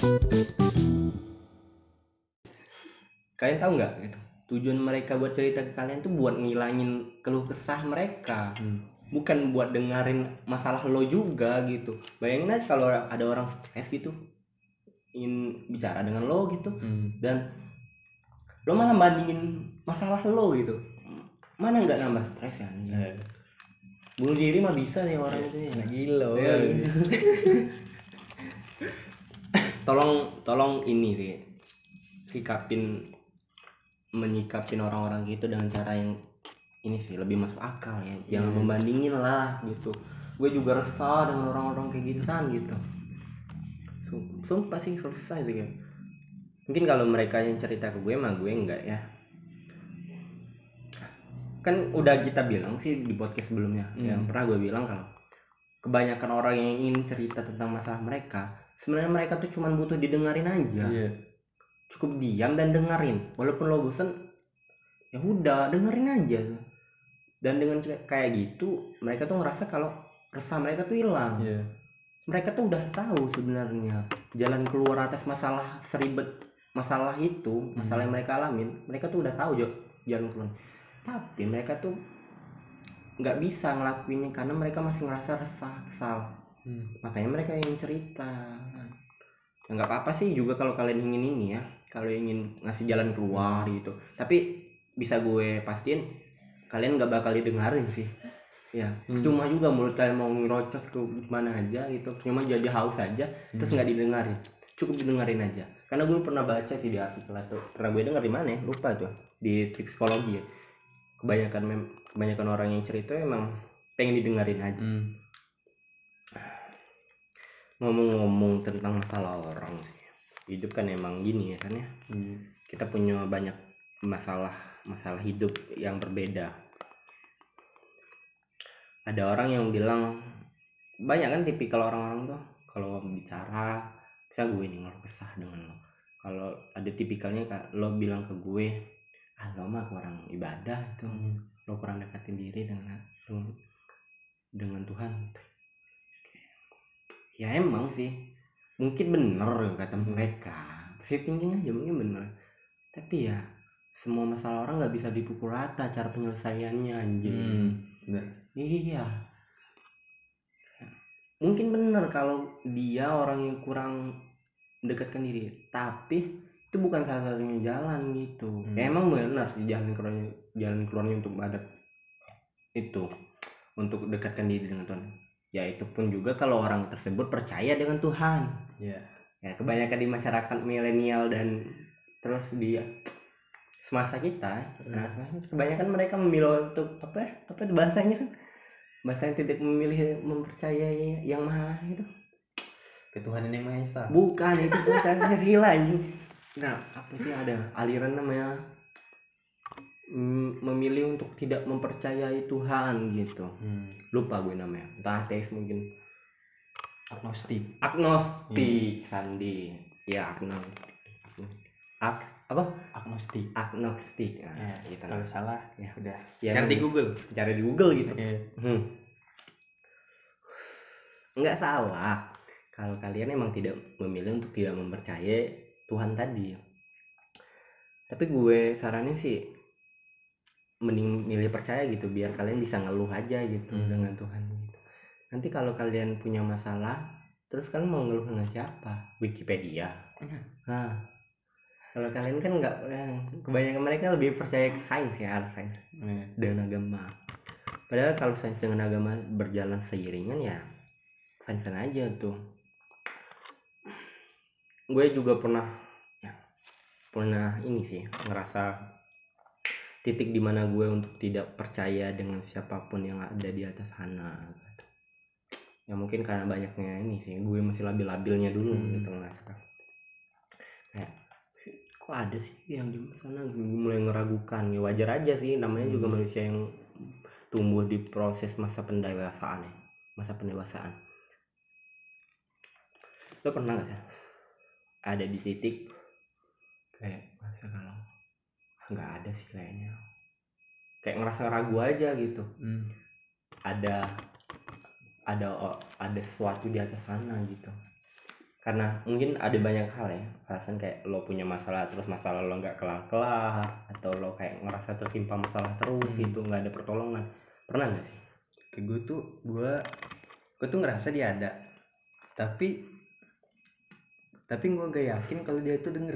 Kalian tahu nggak gitu? Tujuan mereka buat cerita ke kalian tuh buat ngilangin keluh kesah mereka. Bukan buat dengerin masalah lo juga gitu. Bayangin aja kalau ada orang stres gitu ingin bicara dengan lo gitu, dan lo malah bandingin masalah lo gitu. Mana nggak nambah stres ya anjing. Bunuh diri mah bisa nih orang itu ya. Gila. Tolong ini sih, menyikapin orang-orang gitu dengan cara yang ini sih lebih masuk akal ya. Jangan membandingin lah gitu. Gue juga resah dengan orang-orang kayak gitu kan gitu. Sumpah sih selesai sih kan. Mungkin kalau mereka yang cerita ke gue mah gue enggak ya. Kan udah kita bilang sih di podcast sebelumnya, yang pernah gue bilang kalau kebanyakan orang yang ingin cerita tentang masalah mereka, sebenarnya mereka tuh cuma butuh didengarin aja. Cukup diam dan dengerin. Walaupun lo bosen, ya udah dengerin aja. Dan dengan kayak gitu mereka tuh ngerasa kalau resah mereka tuh hilang. Mereka tuh udah tahu sebenarnya jalan keluar atas masalah seribet masalah itu, masalah yang mereka alamin. Mereka tuh udah tahu jalan keluar, tapi mereka tuh nggak bisa ngelakuinnya karena mereka masih ngerasa resah, kesal. Makanya mereka ingin cerita. Ya nggak apa-apa sih juga kalau kalian ingin ini ya, kalau ingin ngasih jalan keluar gitu. Tapi bisa gue pastiin kalian nggak bakal didengarin sih. Ya, cuma juga mulut kalian mau ngerocos ke mana aja gitu, cuma jadi haus aja, terus nggak didengarin. Cukup didengarin aja. Karena gue pernah baca sih di artikel itu, pernah gue denger di mana ya, lupa tuh, di Trik Psikologi ya. Kebanyakan orang yang cerita emang pengen didengarin aja. Ngomong-ngomong tentang masalah orang sih, hidup kan emang gini ya kan ya. Kita punya banyak masalah hidup yang berbeda. Ada orang yang bilang, banyak kan tipikal orang-orang tuh kalau bicara, bisa gue nih ngeluh kesah dengan lo. Kalau ada tipikalnya kak, lo bilang ke gue, lo mah kurang ibadah itu, lo kurang dekatin diri dengan Tuhan. Ya emang sih, mungkin bener kata mereka, positingnya aja mungkin bener. Tapi ya semua masalah orang nggak bisa dipukul rata cara penyelesaiannya anjing. Iya, mungkin bener kalau dia orang yang kurang mendekatkan diri, tapi itu bukan salah satunya jalan gitu. Ya, emang benar sih jalan keluarnya untuk badat itu, untuk dekatkan diri dengan Tuhan. Ya itu pun juga kalau orang tersebut percaya dengan Tuhan. Ya kebanyakan di masyarakat milenial dan terus di semasa kita, kebanyakan mereka memilih untuk apa bahasanya kan, bahasa yang tidak memilih mempercayai yang maha itu, ketuhanan yang maha esa. Bukan, itu bukan Pancasila anjing. Nah, apa sih ada aliran namanya memilih untuk tidak mempercayai Tuhan gitu. Lupa gue namanya. Entah ateis mungkin. Agnostik. Sandi. Ya, agnostik. Nah, ya, gitu. Kalau salah ya udah. Ya, Cari di Google gitu. Enggak salah kalau kalian emang tidak memilih untuk tidak mempercayai Tuhan tadi. Tapi gue saranin sih mending milih percaya gitu, biar kalian bisa ngeluh aja gitu dengan Tuhan gitu. Nanti kalau kalian punya masalah, terus kalian mau ngeluh dengan siapa? Wikipedia. Nah, kalau kalian kan nggak, kebanyakan mereka lebih percaya ke sains ya, sains dan agama. Padahal kalau sains dengan agama berjalan seiringan ya fine-fine aja tuh. Gue juga pernah ini sih ngerasa titik dimana gue untuk tidak percaya dengan siapapun yang ada di atas sana. Ya mungkin karena banyaknya ini sih, gue masih labil-labilnya dulu gitu ngerasa. Kok ada sih yang di sana, gue mulai ngeragukan. Ya wajar aja sih, namanya juga manusia yang tumbuh di proses masa pendewasaan. Lo pernah nggak sih ada di titik kayak masa kalau nggak ada sih kayaknya, kayak ngerasa ragu aja gitu. Ada sesuatu di atas sana gitu. karena mungkin ada banyak hal ya, alasan kayak lo punya masalah terus masalah lo nggak kelar-kelar, atau lo kayak ngerasa tertimpa masalah terus itu nggak ada pertolongan. Pernah nggak sih? Kayak gue tuh ngerasa dia ada, tapi gue gak yakin kalau dia itu denger.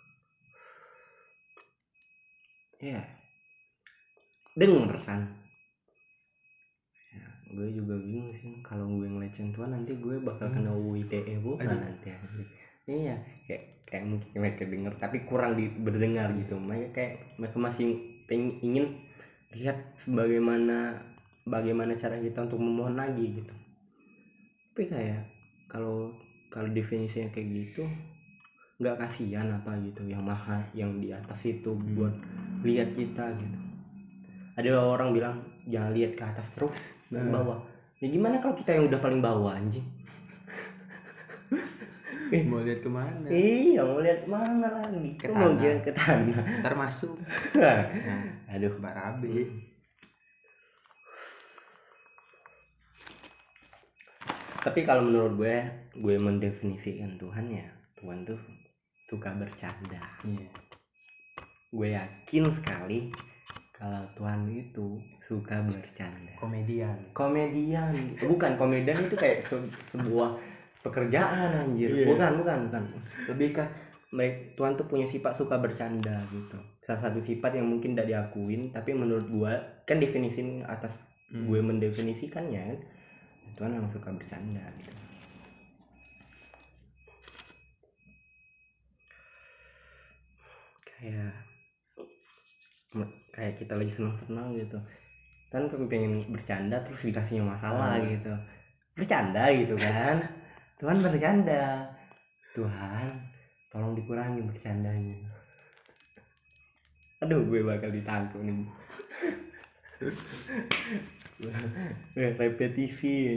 Iya, denger San. Ya, gue juga bingung sih kalau gue ngelecehin Tuhan nanti gue bakal kena UU ITE bukan nanti. Iya, kayak mungkin mereka denger tapi kurang berdengar gitu. Mereka masih ingin lihat bagaimana cara kita untuk memohon lagi gitu. Tapi kayak kalau definisinya kayak gitu, nggak kasihan apa gitu yang maha yang di atas itu buat lihat kita gitu. Ada orang bilang jangan lihat ke atas terus, ke bawah. Ya gimana kalau kita yang udah paling bawah anjing? Mau lihat kemana? Iya, mau lihat mana lagi? Ke mau tanah. ke tanah. Ntar masuk. Aduh, barabe. Tapi kalau menurut gue mendefinisikan Tuhan ya, Tuhan tuh suka bercanda. Iya. Gue yakin sekali kalau Tuhan itu suka bercanda. Komedian. Bukan komedian itu kayak sebuah pekerjaan anjir. Yeah. Bukan. Lebih kan Tuhan tuh punya sifat suka bercanda gitu. Salah satu sifat yang mungkin tidak diakuin, tapi menurut gue kan definisin atas gue mendefinisikannya kan, Tuhan memang suka bercanda gitu. Kayak kita lagi senang-senang gitu kan, pengen bercanda terus dikasihnya masalah gitu, bercanda gitu kan. Tuhan bercanda, Tuhan tolong dikurangi bercandanya. Aduh, gue bakal ditangkap nih. Repetisi.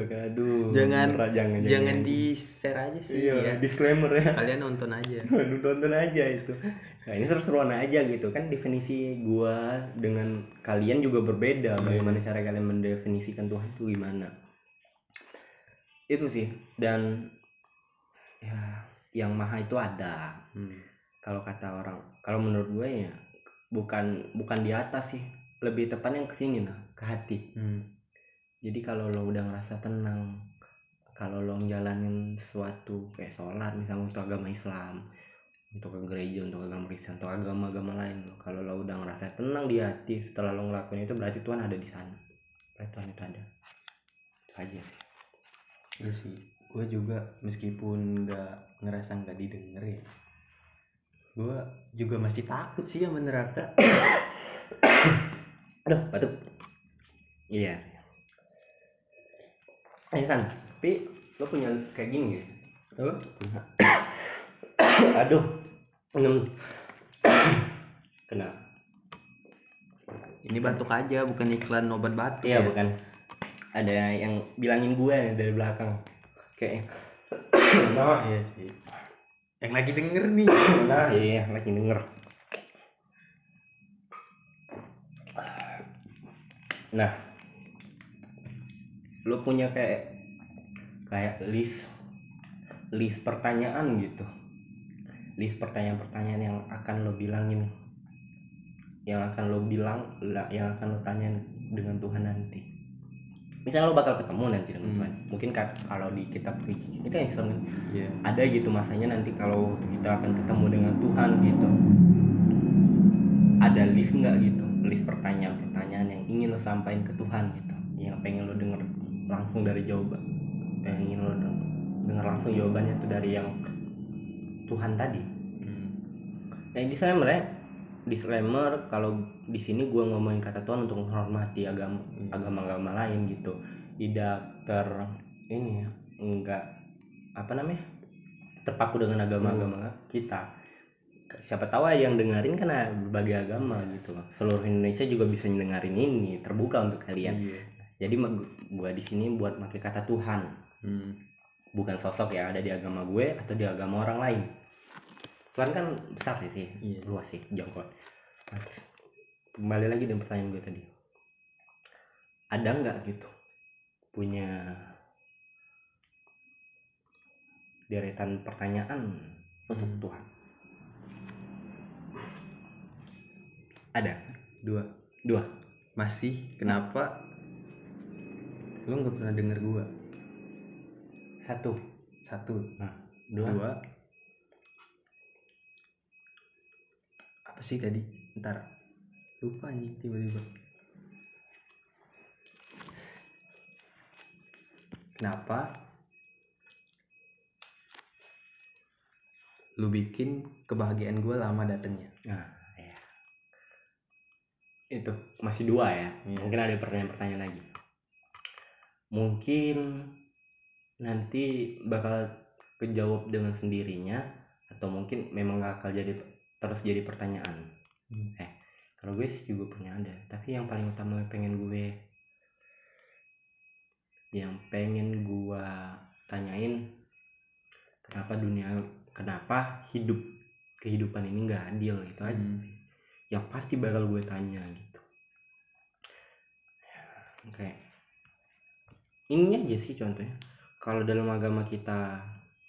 Jangan di share aja sih. Iya, disclaimer ya, kalian nonton aja. Nonton aja itu. Nah, ini seru-seruan aja gitu kan. Definisi gua dengan kalian juga berbeda. Bagaimana cara kalian mendefinisikan Tuhan itu gimana, itu sih. Dan ya yang maha itu ada. Kalau kata orang, kalau menurut gue ya bukan di atas sih, lebih tepatnya ke sini nah, ke hati. Jadi kalau lo udah ngerasa tenang, kalau lo ngejalanin sesuatu kayak sholat misalnya untuk agama Islam, untuk ke gereja, untuk agama Kristen, untuk agama-agama lain, kalau lo udah ngerasa tenang di hati setelah lo ngelakuin itu, berarti Tuhan ada di sana. Berarti Tuhan itu ada. Itu aja sih. Iya sih, gue juga meskipun ngerasa nggak didengar ya, gue juga masih takut sih sama neraka. Aduh, batuk. Iya. San, tapi lo punya kayak gini ya? Aduh. Kenapa? Ini batuk aja, bukan iklan obat batuk. Iya, bukan. Ada yang bilangin gue dari belakang. Kayak nah, iya sih. Yang lagi denger nih. Nah, iya, lagi denger. Nah, lo punya kayak list pertanyaan gitu, list pertanyaan yang akan lo bilangin, yang akan lo tanyain dengan Tuhan nanti. Misalnya lo bakal ketemu nanti dengan Tuhan, mungkin kalau di kitab suci kita Islam ada gitu masanya nanti kalau kita akan ketemu dengan Tuhan gitu, ada list nggak gitu, list pertanyaan yang ingin lo sampaikan ke Tuhan gitu, yang pengen lo denger langsung dari jawaban, yang ingin lo denger langsung jawabannya itu dari yang Tuhan tadi. Disclaimer kalau di sini gue ngomongin kata Tuhan untuk menghormati agama-agama lain gitu, tidak terpaku dengan agama-agama kita. Siapa tahu yang dengerin karena berbagai agama gitu loh. Seluruh Indonesia juga bisa dengerin ini, terbuka untuk kalian. Jadi gue di sini buat pakai kata Tuhan, bukan sosok yang ada di agama gue atau di agama orang lain. Tuhan kan besar sih, luas sih, jangkauan. Kembali lagi dengan pertanyaan gue tadi, ada nggak gitu punya deretan pertanyaan untuk Tuhan. Ada dua. Masih kenapa lu nggak pernah denger gua? Satu. Nah, dua. Apa sih tadi? Ntar lupa anjing tiba-tiba. Kenapa lu bikin kebahagiaan gue lama datangnya? Nah, ya. Itu masih dua ya. Mungkin ada pertanyaan lagi. Mungkin nanti bakal kejawab dengan sendirinya, atau mungkin memang gak akan terus jadi pertanyaan. Kalau gue sih juga punya ada, tapi yang paling utama pengen gue tanyain, kenapa kehidupan ini nggak adil, itu aja sih yang pasti bakal gue tanya gitu. Kayak ini aja sih contohnya, kalau dalam agama kita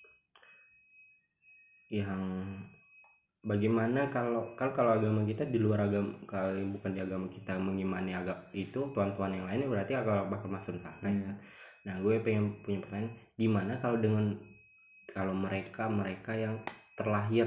yang bagaimana kalau agama kita di luar agama, kalau bukan di agama kita mengimani agama itu tuan-tuan yang lainnya, berarti agak bakal masuk neraka. Nah, gue pengen punya pertanyaan, gimana kalau mereka yang terlahir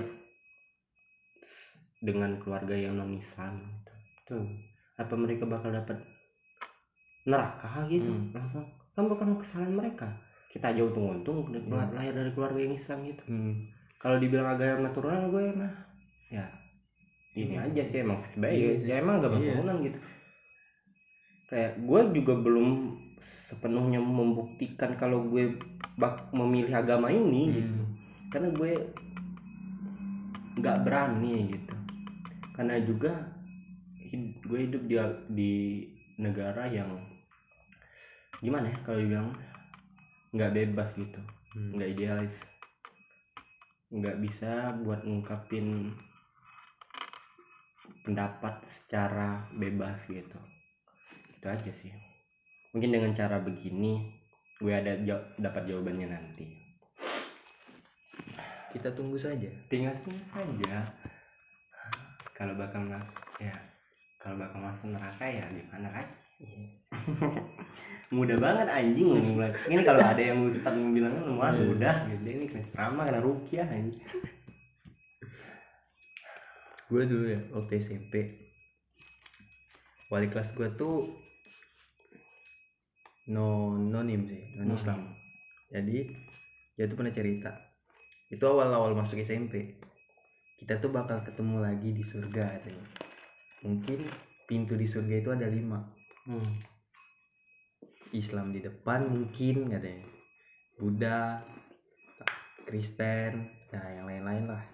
dengan keluarga yang non Islam gitu, apa mereka bakal dapat neraka gitu? Langsung kan bukan kesalahan mereka, kita aja untung lahir dari keluarga yang Islam gitu. Kalau dibilang agama natural, gue mah ya ini aja sih, emang fix baik ya, emang agama turunan gitu. Kayak gue juga belum sepenuhnya membuktikan kalau gue memilih agama ini gitu, karena gue nggak berani gitu, karena juga gue hidup di negara yang gimana ya, kalau dibilang nggak bebas gitu, nggak idealis, nggak bisa buat ngungkapin pendapat secara bebas gitu. Itu aja sih. Mungkin dengan cara begini gue dapat jawabannya nanti. Kita tunggu saja. Tinggal tunggu saja. Kalau bakal masuk neraka ya gimana lagi. Mudah banget anjing ngomong. Ini kalau ada yang ustaz bilang mudah gitu, ini kena ceramah, kena ruqyah anjing. Gue dulu ya waktu SMP, wali kelas gue tuh nonim Islam. Jadi dia tuh pernah cerita, itu awal masuk SMP, kita tuh bakal ketemu lagi di surga katanya. Mungkin pintu di surga itu ada 5. Islam di depan mungkin katanya, Buddha, Kristen, nah yang lain-lain lah.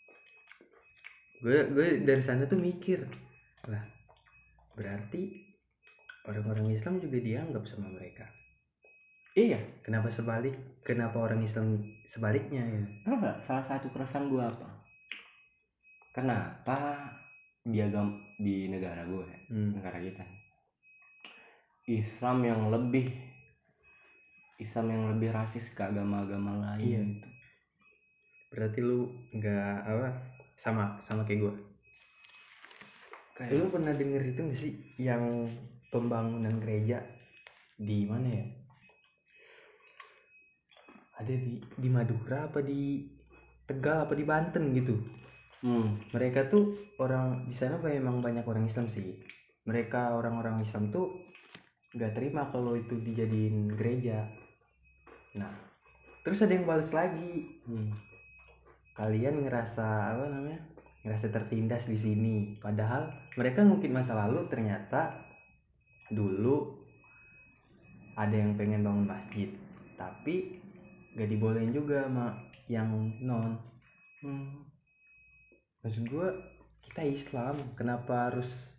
Gue dari sana tuh mikir, lah berarti orang-orang Islam juga dianggap sama mereka. Iya. Kenapa orang Islam sebaliknya ya? Enggak, salah satu keresahan gue apa? Kenapa di negara gue, negara kita, Islam yang lebih rasis ke agama-agama lain? Iya. Gitu. Berarti lu nggak sama kayak gue. Kayak lu pernah denger itu nggak sih yang pembangunan gereja di mana ya? Ada di Madura apa di Tegal apa di Banten gitu. Mereka tuh orang di sana memang banyak orang Islam sih. Mereka orang-orang Islam tuh nggak terima kalau itu dijadiin gereja. Nah, terus ada yang balas lagi. Kalian ngerasa tertindas di sini. Padahal mereka mungkin masa lalu ternyata dulu ada yang pengen bangun masjid, tapi gak dibolehin juga sama yang non. Maksud gue, kita Islam, kenapa harus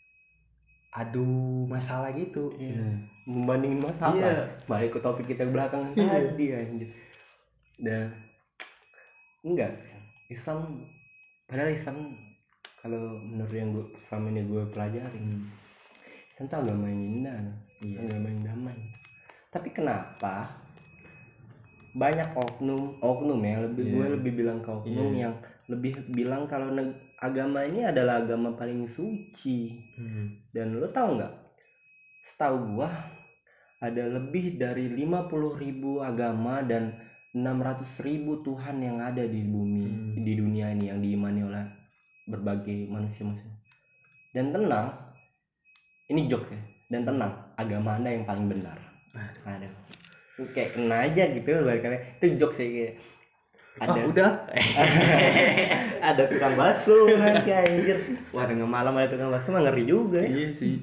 adu masalah gitu? Membandingin masalah. Balik ke topik kita belakangan tadi anjir. Dan enggak, Islam, padahal Islam kalau menurut yang selama ini gue pelajarin, Islam itu agama yang indah, agama yang damai. Tapi kenapa banyak oknum ya, gue lebih bilang ke oknum yang lebih bilang kalau agama ini adalah agama paling suci. Dan lo tahu nggak, setahu gue ada lebih dari 50.000 agama dan 600.000 Tuhan yang ada di bumi, di dunia ini, yang diimani oleh berbagai manusia. Dan tenang, ini joke ya, dan tenang, agama Anda yang paling benar. Aduh, kayak kena aja gitu balikannya. Itu joke sih kayak. Ada udah ada tukang bakso kan kayak anjir. Wah, tengah malam ada tukang bakso mah ngeri juga ya. Iya sih.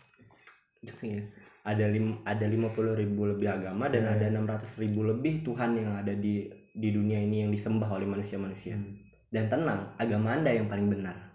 Ada 50.000 lebih agama dan ada 600.000 lebih Tuhan yang ada di dunia ini yang disembah oleh manusia-manusia. Dan tenang, agama Anda yang paling benar.